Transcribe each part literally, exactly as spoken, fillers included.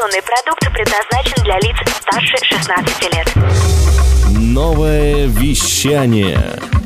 Информационный продукт предназначен для лиц старше шестнадцати лет. Новое вещание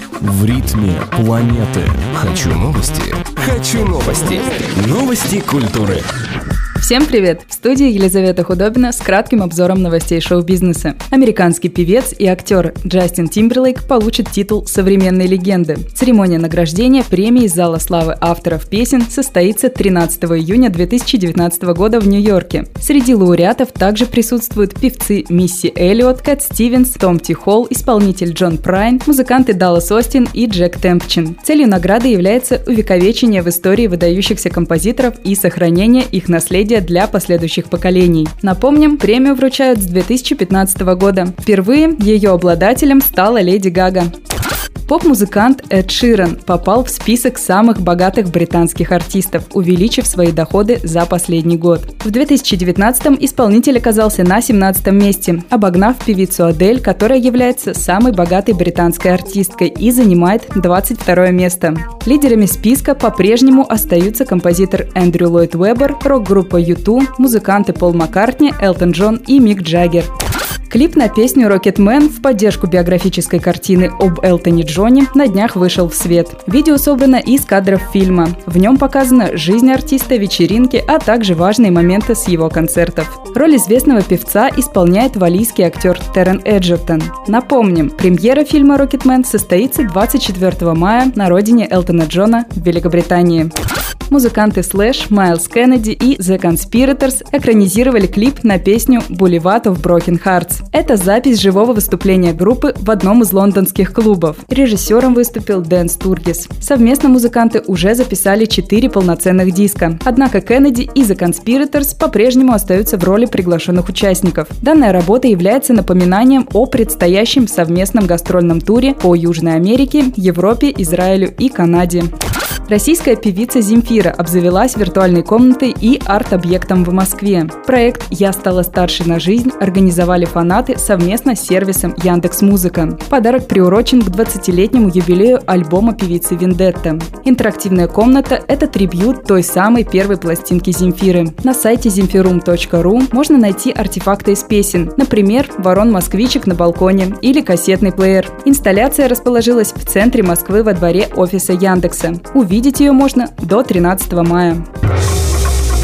в ритме планеты. Хочу новости. Хочу новости. Новости культуры. Всем привет! В студии Елизавета Худобина с кратким обзором новостей шоу-бизнеса. Американский певец и актер Джастин Тимберлейк получит титул современной легенды. Церемония награждения премии Зала славы авторов песен состоится тринадцатого июня две тысячи девятнадцатого года в Нью-Йорке. Среди лауреатов также присутствуют певцы Мисси Эллиот, Кэт Стивенс, Том Ти Холл, исполнитель Джон Прайн, музыканты Даллас Остин и Джек Темпчин. Целью награды является увековечение в истории выдающихся композиторов и сохранение их наследия для последующих поколений. Напомним, премию вручают с две тысячи пятнадцатого года. Впервые ее обладателем стала Леди Гага. Поп-музыкант Эд Ширан попал в список самых богатых британских артистов, увеличив свои доходы за последний год. В две тысячи девятнадцатом исполнитель оказался на семнадцатом месте, обогнав певицу Адель, которая является самой богатой британской артисткой и занимает двадцать второе место. Лидерами списка по-прежнему остаются композитор Эндрю Ллойд Уэббер, рок-группа ю ту, музыканты Пол Маккартни, Элтон Джон и Мик Джаггер. Клип на песню «Rocketman» в поддержку биографической картины об Элтоне Джоне на днях вышел в свет. Видео собрано из кадров фильма. В нем показана жизнь артиста, вечеринки, а также важные моменты с его концертов. Роль известного певца исполняет валлийский актер Террен Эджертон. Напомним, премьера фильма «Rocketman» состоится двадцать четвёртого мая на родине Элтона Джона в Великобритании. Музыканты Slash, Майлз Кеннеди и The Conspirators экранизировали клип на песню «Boulevard of Broken Hearts». Это запись живого выступления группы в одном из лондонских клубов. Режиссером выступил Дэн Стургис. Совместно музыканты уже записали четыре полноценных диска. Однако Кеннеди и The Conspirators по-прежнему остаются в роли приглашенных участников. Данная работа является напоминанием о предстоящем совместном гастрольном туре по Южной Америке, Европе, Израилю и Канаде. Российская певица Земфира обзавелась виртуальной комнатой и арт-объектом в Москве. Проект «Я стала старше на жизнь» организовали фанаты совместно с сервисом Яндекс.Музыка. Подарок приурочен к двадцатилетнему юбилею альбома певицы Вендетта. Интерактивная комната – это трибьют той самой первой пластинки Земфиры. На сайте земфирум точка ру можно найти артефакты из песен, например, ворон-москвичек на балконе или кассетный плеер. Инсталляция расположилась в центре Москвы во дворе офиса Яндекса. Увидеть ее можно до тринадцатого мая.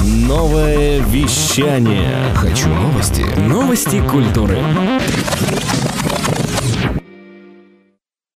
Новое вещание. Хочу новости. Новости культуры.